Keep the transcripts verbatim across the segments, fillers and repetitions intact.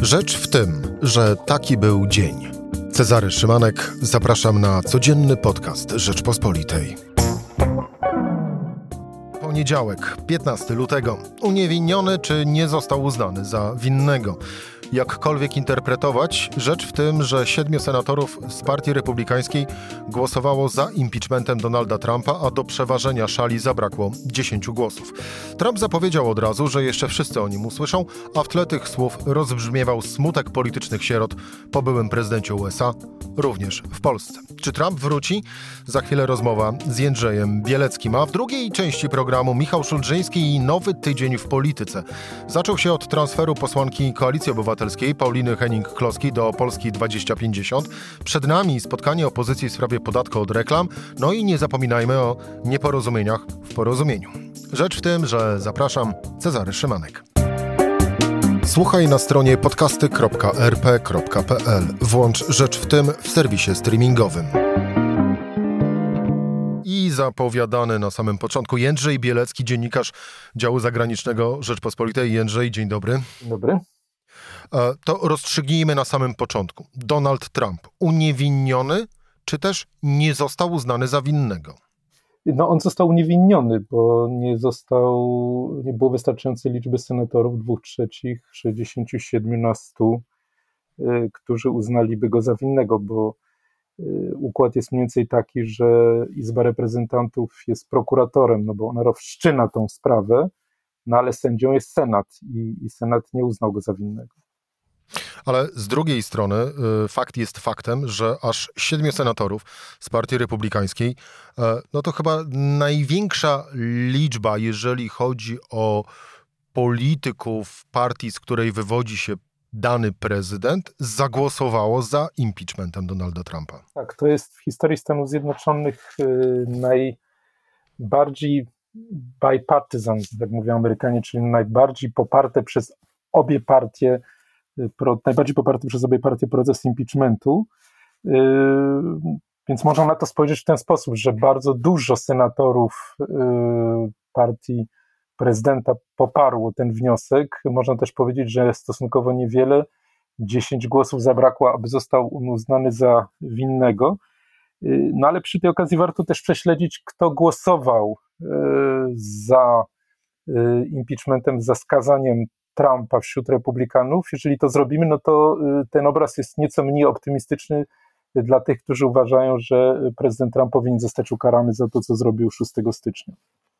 Rzecz w tym, że taki był dzień. Cezary Szymanek, zapraszam na codzienny podcast Rzeczpospolitej. Poniedziałek, piętnastego lutego. Uniewinniony czy nie został uznany za winnego? Jakkolwiek interpretować, rzecz w tym, że siedmiu senatorów z Partii Republikańskiej głosowało za impeachmentem Donalda Trumpa, a do przeważenia szali zabrakło dziesięciu głosów. Trump zapowiedział od razu, że jeszcze wszyscy o nim usłyszą, a w tle tych słów rozbrzmiewał smutek politycznych sierot po byłym prezydencie U S A, również w Polsce. Czy Trump wróci? Za chwilę rozmowa z Jędrzejem Bieleckim, a w drugiej części programu Michał Szulżyński i nowy tydzień w polityce. Zaczął się od transferu posłanki Koalicji Obywatelskiej Pauliny Hennig-Kloski do Polski dwadzieścia pięćdziesiąt. Przed nami spotkanie opozycji w sprawie podatku od reklam, no i nie zapominajmy o nieporozumieniach w porozumieniu. Rzecz w tym, że zapraszam, Cezary Szymanek. Słuchaj na stronie podcasty kropka er pe kropka pe el. Włącz Rzecz w tym w serwisie streamingowym. I zapowiadany na samym początku Jędrzej Bielecki, dziennikarz działu zagranicznego Rzeczpospolitej. Jędrzej, dzień dobry. Dzień dobry. To rozstrzygnijmy na samym początku. Donald Trump uniewinniony, czy też nie został uznany za winnego? No on został uniewinniony, bo nie został, nie było wystarczającej liczby senatorów, dwóch trzecich, sześćdziesięciu siedmiu na stu, którzy uznaliby go za winnego, bo układ jest mniej więcej taki, że Izba Reprezentantów jest prokuratorem, no bo ona rozstrzyna tą sprawę, no ale sędzią jest Senat i, i Senat nie uznał go za winnego. Ale z drugiej strony y, fakt jest faktem, że aż siedmiu senatorów z Partii Republikańskiej, y, no to chyba największa liczba, jeżeli chodzi o polityków partii, z której wywodzi się dany prezydent, zagłosowało za impeachmentem Donalda Trumpa. Tak, to jest w historii Stanów Zjednoczonych y, najbardziej bipartisan, jak mówią Amerykanie, czyli najbardziej poparte przez obie partie Pro, najbardziej poparty przez obie partie proces impeachmentu, yy, więc można na to spojrzeć w ten sposób, że bardzo dużo senatorów yy, partii prezydenta poparło ten wniosek. Można też powiedzieć, że stosunkowo niewiele, dziesięć głosów zabrakło, aby został uznany za winnego. Yy, no ale przy tej okazji warto też prześledzić, kto głosował yy, za yy, impeachmentem, za skazaniem Trumpa wśród republikanów. Jeżeli to zrobimy, no to ten obraz jest nieco mniej optymistyczny dla tych, którzy uważają, że prezydent Trump powinien zostać ukarany za to, co zrobił szóstego stycznia.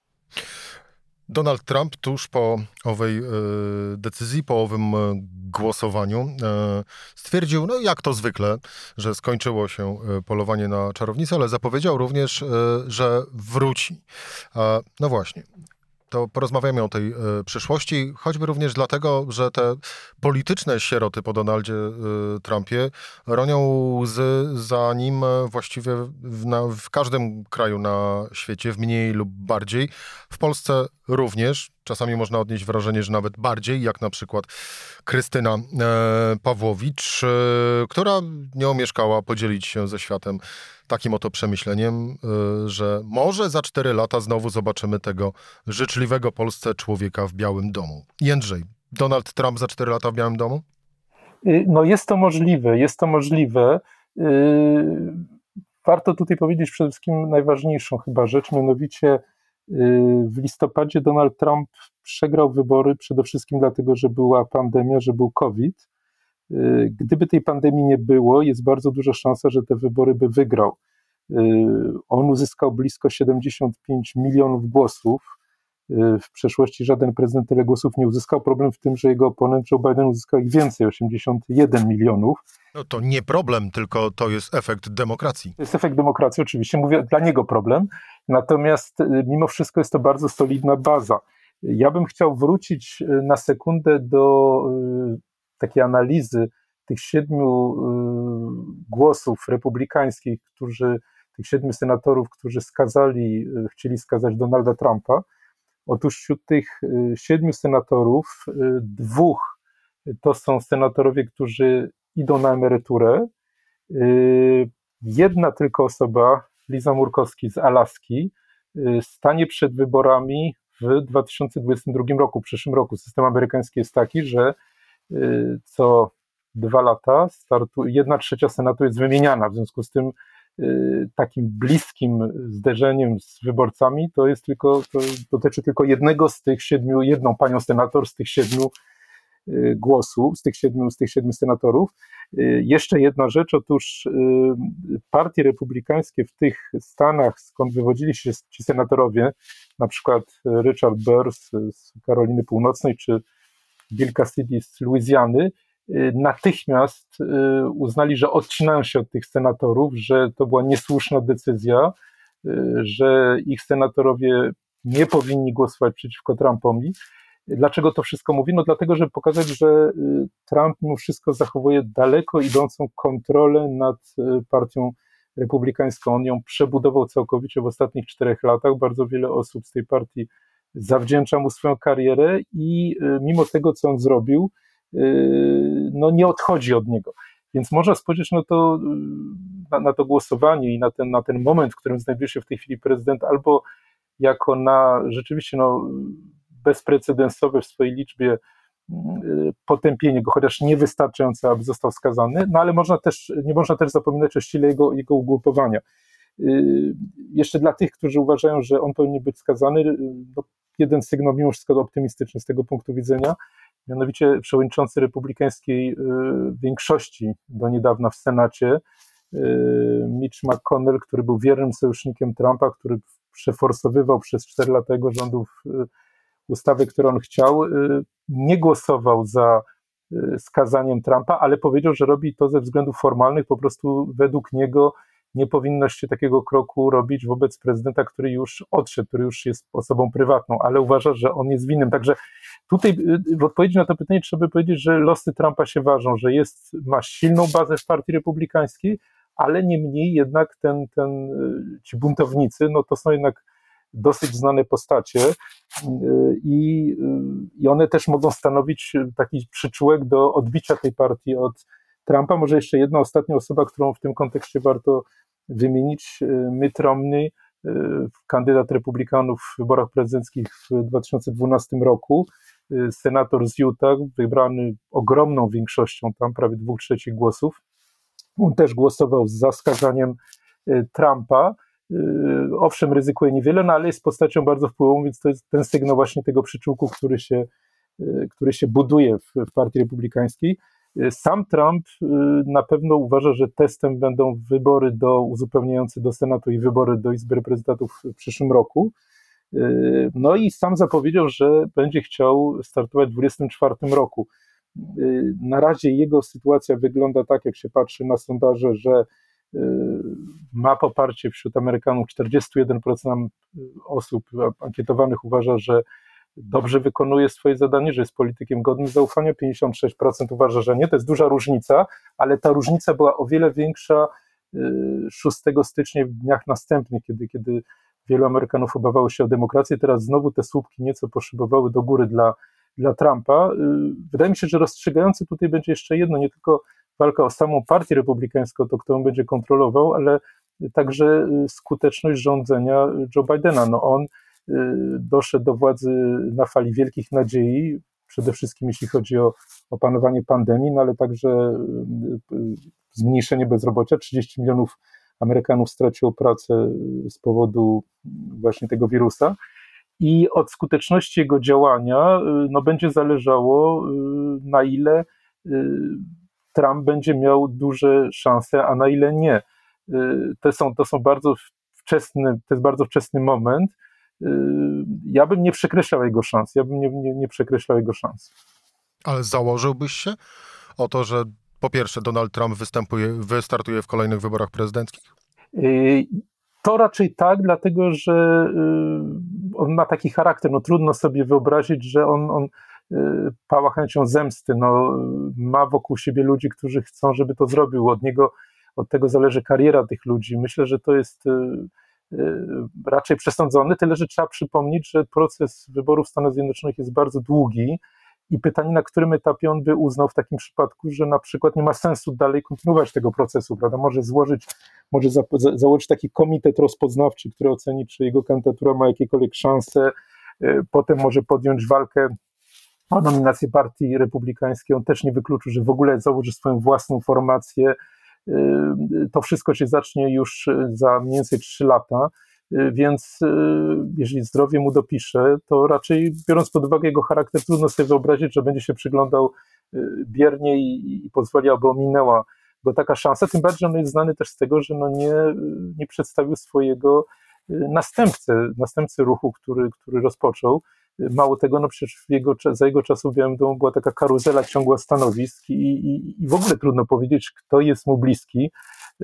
Donald Trump tuż po owej e, decyzji, po owym głosowaniu e, stwierdził, no jak to zwykle, że skończyło się polowanie na czarownicę, ale zapowiedział również, e, że wróci. E, no właśnie. To porozmawiamy o tej y, przyszłości, choćby również dlatego, że te polityczne sieroty po Donaldzie y, Trumpie ronią łzy za nim właściwie w, na, w każdym kraju na świecie, w mniej lub bardziej. W Polsce również. Czasami można odnieść wrażenie, że nawet bardziej, jak na przykład Krystyna e, Pawłowicz, e, która nie omieszkała podzielić się ze światem takim oto przemyśleniem, e, że może za cztery lata znowu zobaczymy tego życzliwego Polsce człowieka w Białym Domu. Jędrzej, Donald Trump za cztery lata w Białym Domu? No jest to możliwe, jest to możliwe. Warto tutaj powiedzieć przede wszystkim najważniejszą chyba rzecz, mianowicie w listopadzie Donald Trump przegrał wybory przede wszystkim dlatego, że była pandemia, że był COVID. Gdyby tej pandemii nie było, jest bardzo duża szansa, że te wybory by wygrał. On uzyskał blisko siedemdziesiąt pięć milionów głosów. W przeszłości żaden prezydent tyle głosów nie uzyskał. Problem w tym, że jego oponent Joe Biden uzyskał ich więcej, osiemdziesiąt jeden milionów. No to nie problem, tylko to jest efekt demokracji. To jest efekt demokracji, oczywiście. Mówię, dla niego problem. Natomiast mimo wszystko jest to bardzo solidna baza. Ja bym chciał wrócić na sekundę do takiej analizy tych siedmiu głosów republikańskich, którzy, tych siedmiu senatorów, którzy skazali, chcieli skazać Donalda Trumpa. Otóż wśród tych siedmiu senatorów dwóch to są senatorowie, którzy idą na emeryturę. Jedna tylko osoba, Liza Murkowski z Alaski, stanie przed wyborami w dwa tysiące dwudziestym drugim roku, w przyszłym roku. System amerykański jest taki, że co dwa lata startu, jedna trzecia Senatu jest wymieniana, w związku z tym takim bliskim zderzeniem z wyborcami to jest tylko, to dotyczy tylko jednego z tych siedmiu, jedną panią senator z tych siedmiu głosów, z tych siedmiu, z tych siedmiu senatorów. Jeszcze jedna rzecz, otóż partie republikańskie w tych stanach, skąd wywodzili się ci senatorowie, na przykład Richard Burr z Karoliny Północnej, czy Bill Cassidy z Luizjany, natychmiast uznali, że odcinają się od tych senatorów, że to była niesłuszna decyzja, że ich senatorowie nie powinni głosować przeciwko Trumpowi. Dlaczego to wszystko mówi? No dlatego, żeby pokazać, że Trump mimo wszystko zachowuje daleko idącą kontrolę nad partią republikańską. On ją przebudował całkowicie w ostatnich czterech latach. Bardzo wiele osób z tej partii zawdzięcza mu swoją karierę i mimo tego, co on zrobił, no nie odchodzi od niego. Więc można spojrzeć na to, na, na to głosowanie i na ten, na ten moment, w którym znajduje się w tej chwili prezydent, albo jako na rzeczywiście no, bezprecedensowe w swojej liczbie potępienie go, chociaż niewystarczające, aby został skazany, no ale można też, nie można też zapominać o stile jego, jego ugrupowania. Jeszcze dla tych, którzy uważają, że on powinien być skazany, no, jeden sygnał mimo wszystko optymistyczny z tego punktu widzenia, mianowicie przewodniczący republikańskiej większości do niedawna w Senacie, Mitch McConnell, który był wiernym sojusznikiem Trumpa, który przeforsowywał przez cztery lata jego rządów ustawy, które on chciał, nie głosował za skazaniem Trumpa, ale powiedział, że robi to ze względów formalnych, po prostu według niego nie powinno się takiego kroku robić wobec prezydenta, który już odszedł, który już jest osobą prywatną, ale uważa, że on jest winnym. Także tutaj w odpowiedzi na to pytanie trzeba by powiedzieć, że losy Trumpa się ważą, że jest, ma silną bazę w partii republikańskiej, ale niemniej jednak ten, ten, ci buntownicy, no to są jednak dosyć znane postacie i, i one też mogą stanowić taki przyczółek do odbicia tej partii od Trumpa. Może jeszcze jedna ostatnia osoba, którą w tym kontekście warto wymienić, Mitt Romney, kandydat republikanów w wyborach prezydenckich w dwa tysiące dwunastym roku, senator z Utah, wybrany ogromną większością, tam prawie dwóch trzecich głosów. On też głosował za skazaniem Trumpa. Owszem, ryzykuje niewiele, no ale jest postacią bardzo wpływową, więc to jest ten sygnał właśnie tego przyczółku, który się, który się buduje w, w partii republikańskiej. Sam Trump na pewno uważa, że testem będą wybory do uzupełniające do Senatu i wybory do Izby Reprezentantów w przyszłym roku. No i sam zapowiedział, że będzie chciał startować w dwudziestym czwartym roku. Na razie jego sytuacja wygląda tak, jak się patrzy na sondaże, że ma poparcie wśród Amerykanów. czterdzieści jeden procent osób ankietowanych uważa, że dobrze wykonuje swoje zadanie, że jest politykiem godnym zaufania, pięćdziesiąt sześć procent uważa, że nie. To jest duża różnica, ale ta różnica była o wiele większa szóstego stycznia, w dniach następnych, kiedy, kiedy wielu Amerykanów obawało się o demokrację. Teraz znowu te słupki nieco poszybowały do góry dla, dla Trumpa. Wydaje mi się, że rozstrzygające tutaj będzie jeszcze jedno, nie tylko walka o samą partię republikańską, to kto ją będzie kontrolował, ale także skuteczność rządzenia Joe Bidena. No on doszedł do władzy na fali wielkich nadziei, przede wszystkim jeśli chodzi o opanowanie pandemii, no ale także zmniejszenie bezrobocia. trzydzieści milionów Amerykanów straciło pracę z powodu właśnie tego wirusa i od skuteczności jego działania no, będzie zależało, na ile Trump będzie miał duże szanse, a na ile nie. To są, to są bardzo wczesny, to jest bardzo wczesny moment. Ja bym nie przekreślał jego szans. Ja bym nie, nie, nie przekreślał jego szans. Ale założyłbyś się o to, że po pierwsze Donald Trump występuje, wystartuje w kolejnych wyborach prezydenckich? To raczej tak, dlatego że on ma taki charakter. No, trudno sobie wyobrazić, że on, on pała chęcią zemsty. No, ma wokół siebie ludzi, którzy chcą, żeby to zrobił. Od niego, od tego zależy kariera tych ludzi. Myślę, że to jest raczej przesądzony, tyle że trzeba przypomnieć, że proces wyborów w Stanach Zjednoczonych jest bardzo długi i pytanie, na którym etapie on by uznał w takim przypadku, że na przykład nie ma sensu dalej kontynuować tego procesu, prawda? Może złożyć, może za, za, założyć taki komitet rozpoznawczy, który oceni, czy jego kandydatura ma jakiekolwiek szanse, potem może podjąć walkę o nominację partii republikańskiej. On też nie wykluczył, że w ogóle założy swoją własną formację. To wszystko się zacznie już za mniej więcej trzy lata, więc jeżeli zdrowie mu dopisze, to raczej biorąc pod uwagę jego charakter, trudno sobie wyobrazić, że będzie się przyglądał biernie i, i pozwoli, aby ominęła go taka szansa, tym bardziej, że on jest znany też z tego, że no nie, nie przedstawił swojego następcy, następcy ruchu, który, który rozpoczął. Mało tego, no przecież w jego, za jego czasów w Białym Domu była taka karuzela ciągła stanowisk i, i, i w ogóle trudno powiedzieć, kto jest mu bliski.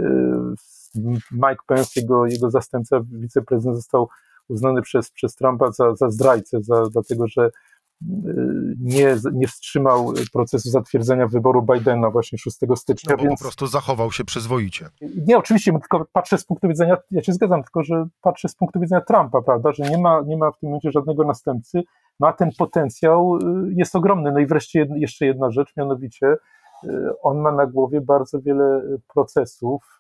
Mike Pence, jego, jego zastępca, wiceprezydent, został uznany przez, przez Trumpa za, za zdrajcę, za, dlatego że nie, nie wstrzymał procesu zatwierdzenia wyboru Bidena właśnie szóstego stycznia. No bo więc... po prostu zachował się przyzwoicie. Nie, oczywiście, tylko patrzę z punktu widzenia, ja się zgadzam, tylko że patrzę z punktu widzenia Trumpa, prawda, że nie ma, nie ma w tym momencie żadnego następcy, no a ten potencjał jest ogromny. No i wreszcie jedna, jeszcze jedna rzecz, mianowicie on ma na głowie bardzo wiele procesów,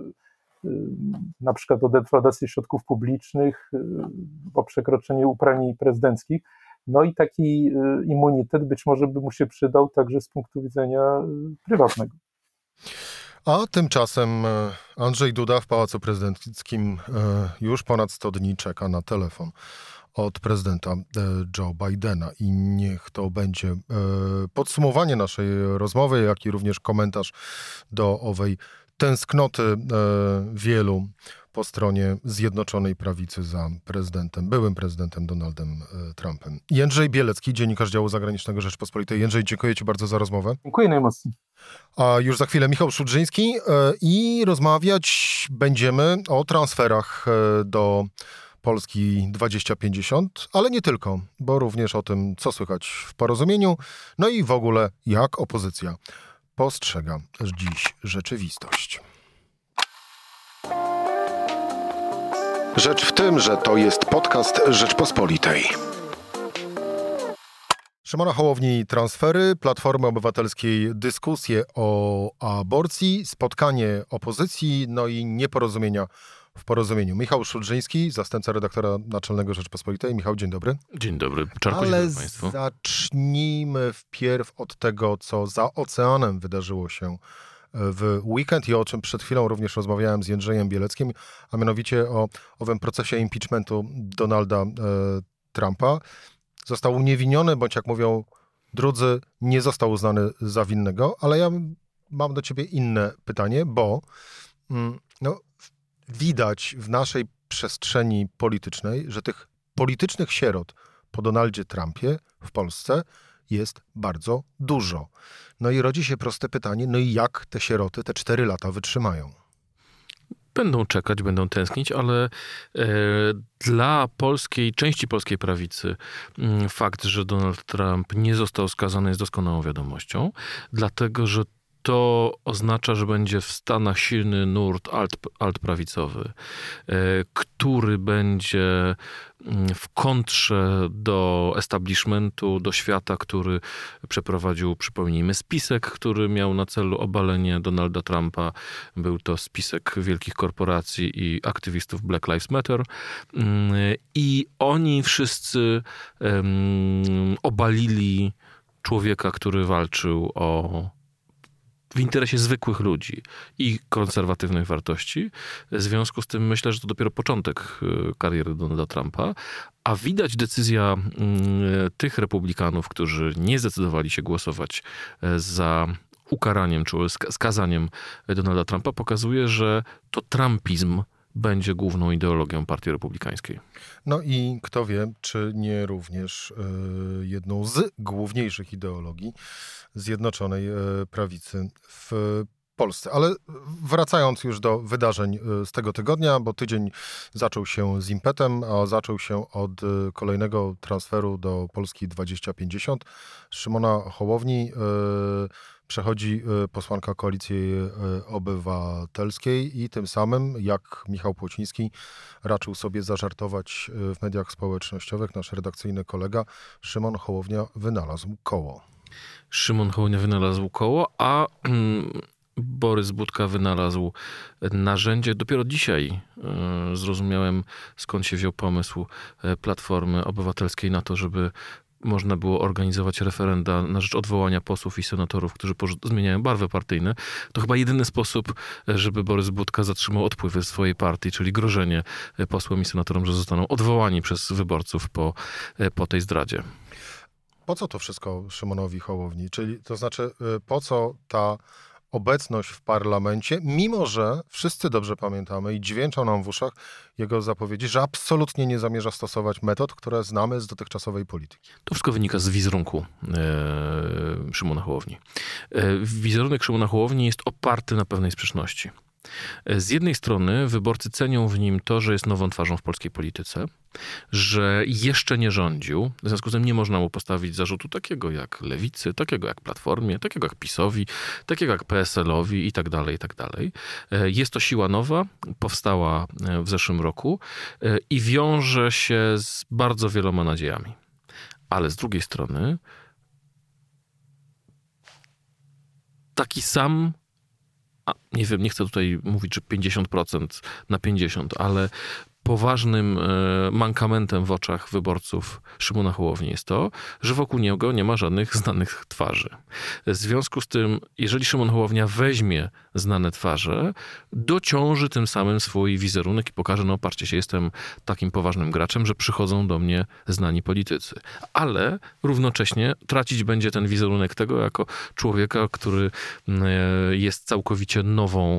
na przykład o defraudację środków publicznych, o przekroczenie uprawnień prezydenckich. No i taki immunitet być może by mu się przydał także z punktu widzenia prywatnego. A tymczasem Andrzej Duda w Pałacu Prezydenckim już ponad sto dni czeka na telefon od prezydenta Joe Bidena i niech to będzie podsumowanie naszej rozmowy, jak i również komentarz do owej tęsknoty wielu po stronie Zjednoczonej Prawicy za prezydentem, byłym prezydentem Donaldem Trumpem. Jędrzej Bielecki, dziennikarz działu zagranicznego Rzeczpospolitej. Jędrzej, dziękuję Ci bardzo za rozmowę. Dziękuję najmocniej. A już za chwilę Michał Szudrzyński i rozmawiać będziemy o transferach do Polski dwadzieścia pięćdziesiąt, ale nie tylko, bo również o tym, co słychać w porozumieniu, no i w ogóle jak opozycja postrzega dziś rzeczywistość. Rzecz w tym, że to jest podcast Rzeczpospolitej. Szymona Hołowni transfery, Platformy Obywatelskiej dyskusje o aborcji, spotkanie opozycji, no i nieporozumienia w porozumieniu. Michał Szudrzyński, zastępca redaktora naczelnego Rzeczpospolitej. Michał, dzień dobry. Dzień dobry. Czarko, Ale dzień dobry Państwu. Zacznijmy wpierw od tego, co za oceanem wydarzyło się w weekend i o czym przed chwilą również rozmawiałem z Jędrzejem Bieleckim, a mianowicie o owym procesie impeachmentu Donalda e, Trumpa. Został uniewinniony, bądź jak mówią drudzy, nie został uznany za winnego, ale ja mam do ciebie inne pytanie, bo mm, no, widać w naszej przestrzeni politycznej, że tych politycznych sierot po Donaldzie Trumpie w Polsce jest bardzo dużo. No i rodzi się proste pytanie, no i jak te sieroty te cztery lata wytrzymają? Będą czekać, będą tęsknić, ale e, dla polskiej, części polskiej prawicy m, fakt, że Donald Trump nie został skazany jest doskonałą wiadomością, dlatego że to oznacza, że będzie w Stanach silny nurt alt, altprawicowy, e, który będzie w kontrze do establishmentu, do świata, który przeprowadził, przypomnijmy, spisek, który miał na celu obalenie Donalda Trumpa. Był to spisek wielkich korporacji i aktywistów Black Lives Matter. I oni wszyscy um, obalili człowieka, który walczył o w interesie zwykłych ludzi i konserwatywnych wartości. W związku z tym myślę, że to dopiero początek kariery Donalda Trumpa, a widać decyzja tych republikanów, którzy nie zdecydowali się głosować za ukaraniem czy skazaniem Donalda Trumpa, pokazuje, że to trumpizm będzie główną ideologią Partii Republikańskiej. No i kto wie, czy nie również y, jedną z główniejszych ideologii Zjednoczonej y, Prawicy w Polsce. Ale wracając już do wydarzeń z tego tygodnia, bo tydzień zaczął się z impetem, a zaczął się od kolejnego transferu do Polski dwadzieścia pięćdziesiąt. Szymona Hołowni y, przechodzi posłanka Koalicji Obywatelskiej i tym samym, jak Michał Płociński raczył sobie zażartować w mediach społecznościowych, nasz redakcyjny kolega, Szymon Hołownia wynalazł koło. Szymon Hołownia wynalazł koło, a mm, Borys Budka wynalazł narzędzie. Dopiero dzisiaj y, zrozumiałem, skąd się wziął pomysł Platformy Obywatelskiej na to, żeby można było organizować referenda na rzecz odwołania posłów i senatorów, którzy zmieniają barwy partyjne, to chyba jedyny sposób, żeby Borys Budka zatrzymał odpływy swojej partii, czyli grożenie posłom i senatorom, że zostaną odwołani przez wyborców po, po tej zdradzie. Po co to wszystko Szymonowi Hołowni? Czyli to znaczy, po co ta obecność w parlamencie, mimo że wszyscy dobrze pamiętamy i dźwięczą nam w uszach jego zapowiedzi, że absolutnie nie zamierza stosować metod, które znamy z dotychczasowej polityki. To wszystko wynika z wizerunku e, Szymona Hołowni. E, wizerunek Szymona Hołowni jest oparty na pewnej sprzeczności. Z jednej strony wyborcy cenią w nim to, że jest nową twarzą w polskiej polityce, że jeszcze nie rządził, w związku z tym nie można mu postawić zarzutu takiego jak Lewicy, takiego jak Platformie, takiego jak PiS-owi, takiego jak P S L-owi i tak dalej, i tak dalej. Jest to siła nowa, powstała w zeszłym roku i wiąże się z bardzo wieloma nadziejami. Ale z drugiej strony taki sam A, nie wiem, nie chcę tutaj mówić, że pięćdziesiąt procent na pięćdziesiąt, ale poważnym mankamentem w oczach wyborców Szymona Hołowni jest to, że wokół niego nie ma żadnych znanych twarzy. W związku z tym, jeżeli Szymon Hołownia weźmie znane twarze, dociąży tym samym swój wizerunek i pokaże, no patrzcie się, jestem takim poważnym graczem, że przychodzą do mnie znani politycy. Ale równocześnie tracić będzie ten wizerunek tego jako człowieka, który jest całkowicie nową,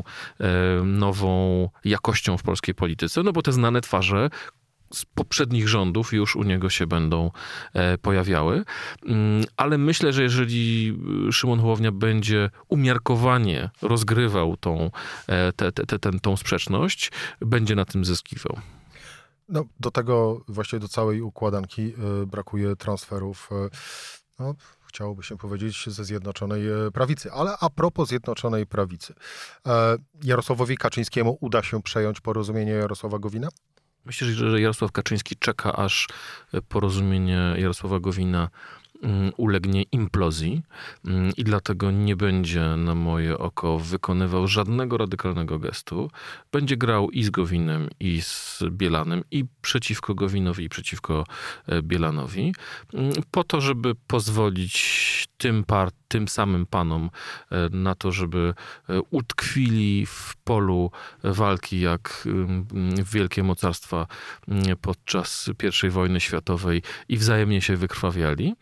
nową jakością w polskiej polityce, no bo te znane twarze z poprzednich rządów już u niego się będą pojawiały. Ale myślę, że jeżeli Szymon Hołownia będzie umiarkowanie rozgrywał tą, te, te, te, tą sprzeczność, będzie na tym zyskiwał. No, do tego, właściwie do całej układanki brakuje transferów, no, chciałoby się powiedzieć, ze Zjednoczonej Prawicy. Ale a propos Zjednoczonej Prawicy, Jarosławowi Kaczyńskiemu uda się przejąć porozumienie Jarosława Gowina? Myślę, że Jarosław Kaczyński czeka, aż porozumienie Jarosława Gowina ulegnie implozji i dlatego nie będzie na moje oko wykonywał żadnego radykalnego gestu. Będzie grał i z Gowinem, i z Bielanem, i przeciwko Gowinowi, i przeciwko Bielanowi, po to, żeby pozwolić tym, par, tym samym panom na to, żeby utkwili w polu walki jak wielkie mocarstwa podczas pierwszej wojny światowej i wzajemnie się wykrwawiali.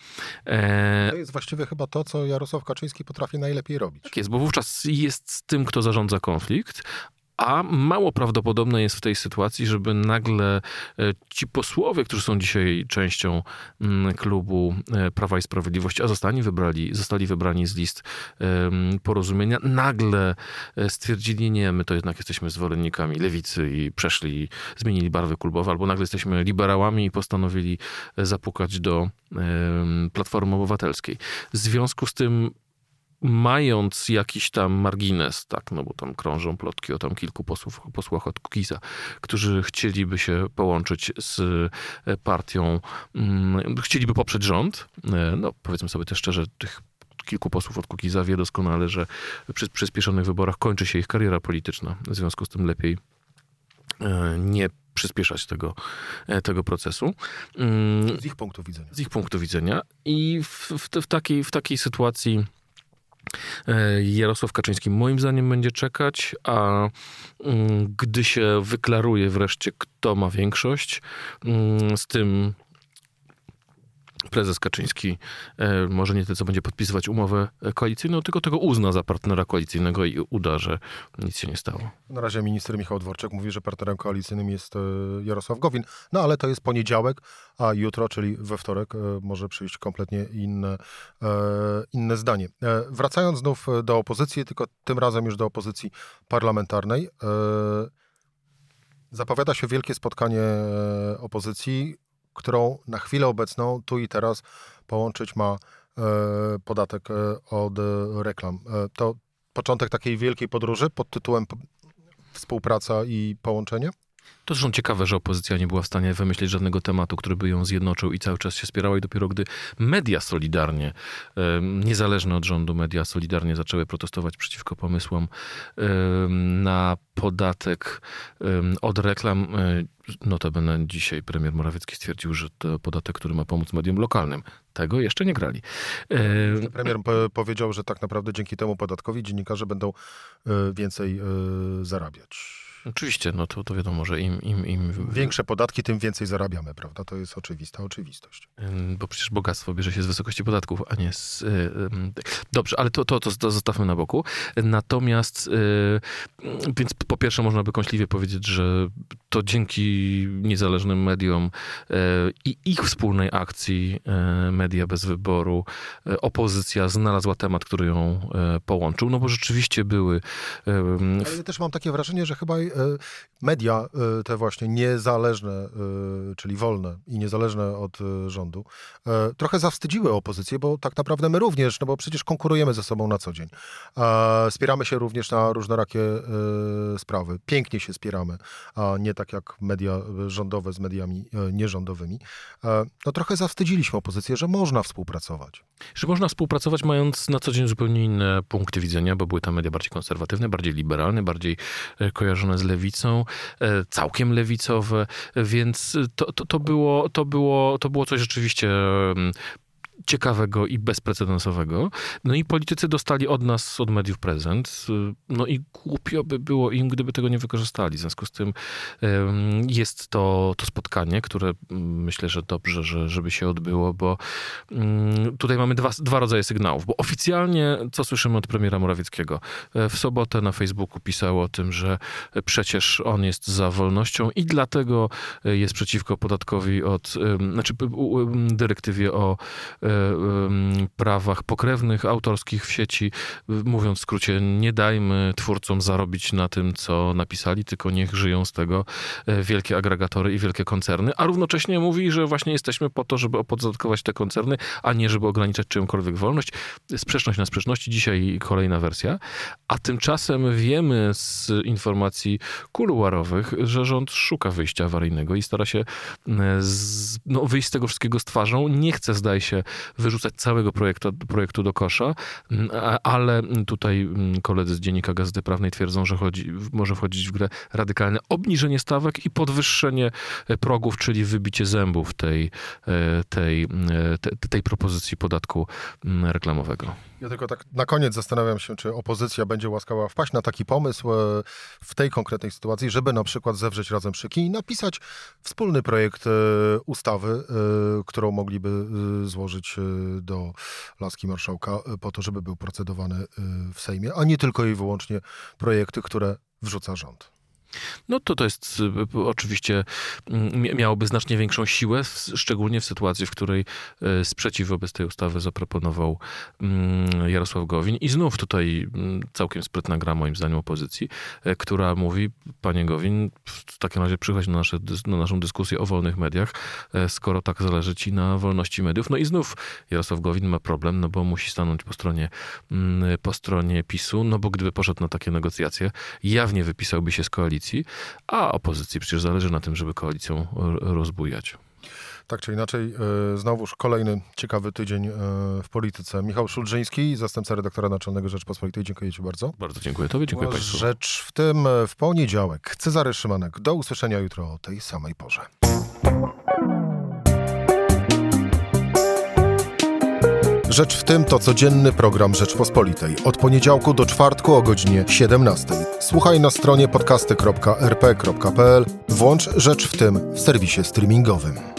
To jest właściwie chyba to, co Jarosław Kaczyński potrafi najlepiej robić. Tak jest, bo wówczas jest tym, kto zarządza konflikt, a mało prawdopodobne jest w tej sytuacji, żeby nagle ci posłowie, którzy są dzisiaj częścią klubu Prawa i Sprawiedliwości, a zostali wybrali, zostali wybrani z list porozumienia, nagle stwierdzili, nie, my to jednak jesteśmy zwolennikami lewicy i przeszli, zmienili barwy klubowe, albo nagle jesteśmy liberałami i postanowili zapukać do Platformy Obywatelskiej. W związku z tym, mając jakiś tam margines, tak, no bo tam krążą plotki o tam kilku posłów, posłach od Kukiza, którzy chcieliby się połączyć z partią, hmm, chcieliby poprzeć rząd, no powiedzmy sobie też szczerze, tych kilku posłów od Kukiza wie doskonale, że przy przyspieszonych wyborach kończy się ich kariera polityczna, w związku z tym lepiej nie przyspieszać tego, tego procesu. Z ich punktu widzenia. Z ich punktu widzenia. I w, w, w, takiej, w takiej sytuacji Jarosław Kaczyński moim zdaniem będzie czekać, a gdy się wyklaruje wreszcie, kto ma większość, z tym prezes Kaczyński może nie tyle, co będzie podpisywać umowę koalicyjną, tylko tego uzna za partnera koalicyjnego i uda, że nic się nie stało. Na razie minister Michał Dworczyk mówi, że partnerem koalicyjnym jest Jarosław Gowin, no ale to jest poniedziałek, a jutro, czyli we wtorek, może przyjść kompletnie inne, inne zdanie. Wracając znów do opozycji, tylko tym razem już do opozycji parlamentarnej, zapowiada się wielkie spotkanie opozycji, którą na chwilę obecną, tu i teraz, połączyć ma e, podatek od reklam. E, to początek takiej wielkiej podróży pod tytułem Współpraca i połączenie? To zresztą ciekawe, że opozycja nie była w stanie wymyślić żadnego tematu, który by ją zjednoczył i cały czas się spierała i dopiero gdy media solidarnie, niezależne od rządu media solidarnie zaczęły protestować przeciwko pomysłom na podatek od reklam. Notabene dzisiaj premier Morawiecki stwierdził, że to podatek, który ma pomóc mediom lokalnym. Tego jeszcze nie grali. Premier po- powiedział, że tak naprawdę dzięki temu podatkowi dziennikarze będą więcej zarabiać. Oczywiście, no to, to wiadomo, że im, im, im... Większe podatki, tym więcej zarabiamy, prawda? To jest oczywista oczywistość. Bo przecież bogactwo bierze się z wysokości podatków, a nie z... Dobrze, ale to, to, to zostawmy na boku. Natomiast, więc po pierwsze można by kąśliwie powiedzieć, że to dzięki niezależnym mediom i ich wspólnej akcji Media Bez Wyboru opozycja znalazła temat, który ją połączył, no bo rzeczywiście były... Ale ja też mam takie wrażenie, że chyba media te właśnie niezależne, czyli wolne i niezależne od rządu, trochę zawstydziły opozycję, bo tak naprawdę my również, no bo przecież konkurujemy ze sobą na co dzień. Spieramy się również na różnorakie sprawy. Pięknie się spieramy, a nie tak jak media rządowe z mediami nierządowymi. No trochę zawstydziliśmy opozycję, że można współpracować. Że można współpracować, mając na co dzień zupełnie inne punkty widzenia, bo były tam media bardziej konserwatywne, bardziej liberalne, bardziej kojarzone z lewicą, całkiem lewicowe, więc to, to, to, było, to, było, to było coś rzeczywiście ciekawego i bezprecedensowego. No i politycy dostali od nas, od mediów prezent. No i głupio by było im, gdyby tego nie wykorzystali. W związku z tym jest to, to spotkanie, które myślę, że dobrze, że, żeby się odbyło, bo tutaj mamy dwa, dwa rodzaje sygnałów. Bo oficjalnie, co słyszymy od premiera Morawieckiego? W sobotę na Facebooku pisał o tym, że przecież on jest za wolnością i dlatego jest przeciwko podatkowi od, znaczy dyrektywie o prawach pokrewnych, autorskich w sieci. Mówiąc w skrócie, nie dajmy twórcom zarobić na tym, co napisali, tylko niech żyją z tego wielkie agregatory i wielkie koncerny, a równocześnie mówi, że właśnie jesteśmy po to, żeby opodatkować te koncerny, a nie żeby ograniczać czyjąkolwiek wolność. Sprzeczność na sprzeczności, dzisiaj kolejna wersja. A tymczasem wiemy z informacji kuluarowych, że rząd szuka wyjścia awaryjnego i stara się z, no, wyjść z tego wszystkiego z twarzą. Nie chce, zdaje się, wyrzucać całego projektu, projektu do kosza, ale tutaj koledzy z Dziennika Gazety Prawnej twierdzą, że chodzi, może wchodzić w grę radykalne obniżenie stawek i podwyższenie progów, czyli wybicie zębów tej, tej, tej, tej propozycji podatku reklamowego. Ja tylko tak na koniec zastanawiam się, czy opozycja będzie łaskała wpaść na taki pomysł w tej konkretnej sytuacji, żeby na przykład zewrzeć razem szyki i napisać wspólny projekt ustawy, którą mogliby złożyć do laski marszałka po to, żeby był procedowany w Sejmie, a nie tylko i wyłącznie projekty, które wrzuca rząd. No to to jest oczywiście, miałoby znacznie większą siłę, szczególnie w sytuacji, w której sprzeciw wobec tej ustawy zaproponował Jarosław Gowin. I znów tutaj całkiem sprytna gra, moim zdaniem, opozycji, która mówi: panie Gowin, w takim razie przychodź na, nasze, na naszą dyskusję o wolnych mediach, skoro tak zależy ci na wolności mediów. No i znów Jarosław Gowin ma problem, no bo musi stanąć po stronie, po stronie PiSu, no bo gdyby poszedł na takie negocjacje, jawnie wypisałby się z koalicji, a opozycji przecież zależy na tym, żeby koalicją rozbujać. Tak czy inaczej, znowuż kolejny ciekawy tydzień w polityce. Michał Szulżyński, zastępca redaktora naczelnego Rzeczpospolitej. Dziękuję ci bardzo. Bardzo dziękuję tobie, dziękuję państwu. Rzecz w tym w poniedziałek. Cezary Szymanek. Do usłyszenia jutro o tej samej porze. Rzecz w tym to codzienny program Rzeczpospolitej. Od poniedziałku do czwartku o godzinie siedemnastej. Słuchaj na stronie podcasty kropka er pe kropka pe el. Włącz Rzecz w tym w serwisie streamingowym.